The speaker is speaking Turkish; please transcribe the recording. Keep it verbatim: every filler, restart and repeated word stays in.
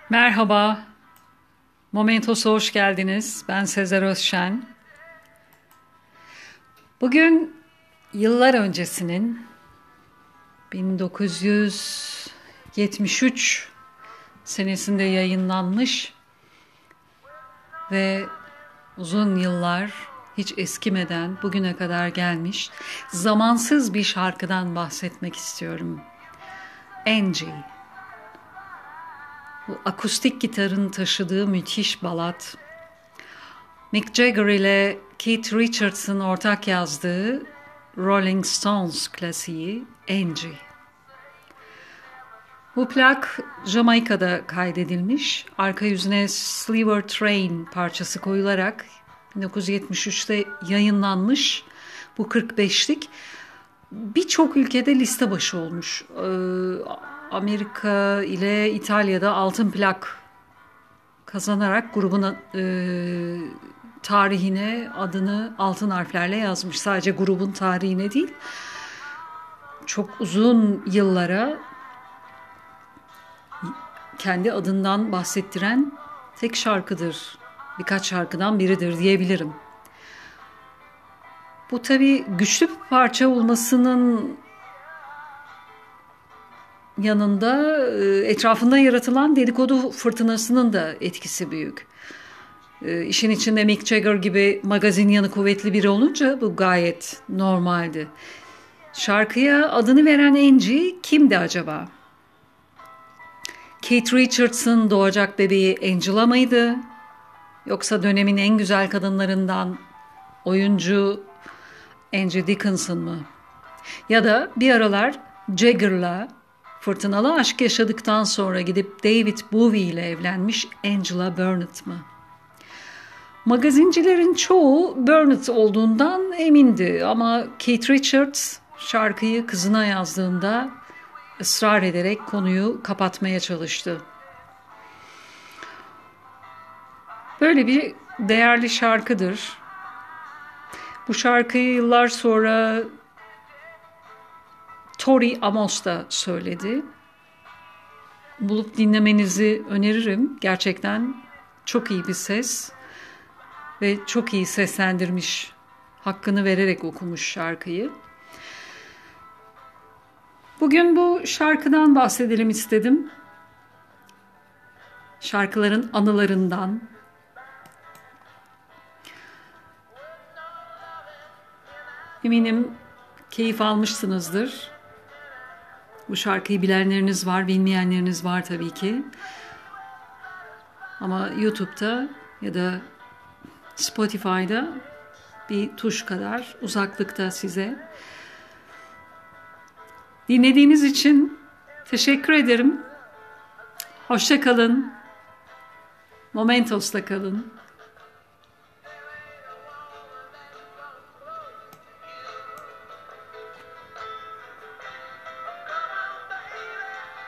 Merhaba, Momentos'a hoş geldiniz. Ben Sezer Özşen. Bugün yıllar öncesinin bin dokuz yüz yetmiş üç senesinde yayınlanmış ve uzun yıllar hiç eskimeden bugüne kadar gelmiş zamansız bir şarkıdan bahsetmek istiyorum. Angie. Bu akustik gitarın taşıdığı müthiş balat. Mick Jagger ile Keith Richards'ın ortak yazdığı Rolling Stones klasiği Angie. Bu plak Jamaika'da kaydedilmiş. Arka yüzüne Silver Train parçası koyularak bin dokuz yüz yetmiş üçte yayınlanmış. Bu kırk beşlik birçok ülkede liste başı olmuş. Ee, Amerika ile İtalya'da altın plak kazanarak grubun e, tarihine adını altın harflerle yazmış. Sadece grubun tarihine değil, çok uzun yıllara kendi adından bahsettiren tek şarkıdır. Birkaç şarkıdan biridir diyebilirim. Bu tabii güçlü bir parça olmasının yanında etrafında yaratılan dedikodu fırtınasının da etkisi büyük. İşin içinde Mick Jagger gibi magazin yanı kuvvetli biri olunca bu gayet normaldi. Şarkıya adını veren Angie kimdi acaba? Keith Richards'ın doğacak bebeği Angela mıydı? Yoksa dönemin en güzel kadınlarından oyuncu Angie Dickinson mı? Ya da bir aralar Jagger'la fırtınalı aşk yaşadıktan sonra gidip David Bowie ile evlenmiş Angela Burnett mı? Magazincilerin çoğu Burnett olduğundan emindi ama Keith Richards şarkıyı kızına yazdığında ısrar ederek konuyu kapatmaya çalıştı. Böyle bir değerli şarkıdır. Bu şarkıyı yıllar sonra Tori Amos da söyledi. Bulup dinlemenizi öneririm. Gerçekten çok iyi bir ses ve çok iyi seslendirmiş. Hakkını vererek okumuş şarkıyı. Bugün bu şarkıdan bahsedelim istedim. Şarkıların anılarından. Eminim keyif almışsınızdır. Bu şarkıyı bilenleriniz var, bilmeyenleriniz var tabii ki. Ama YouTube'da ya da Spotify'da bir tuş kadar uzaklıkta size. Dinlediğiniz için teşekkür ederim. Hoşça kalın. Momentos'ta kalın.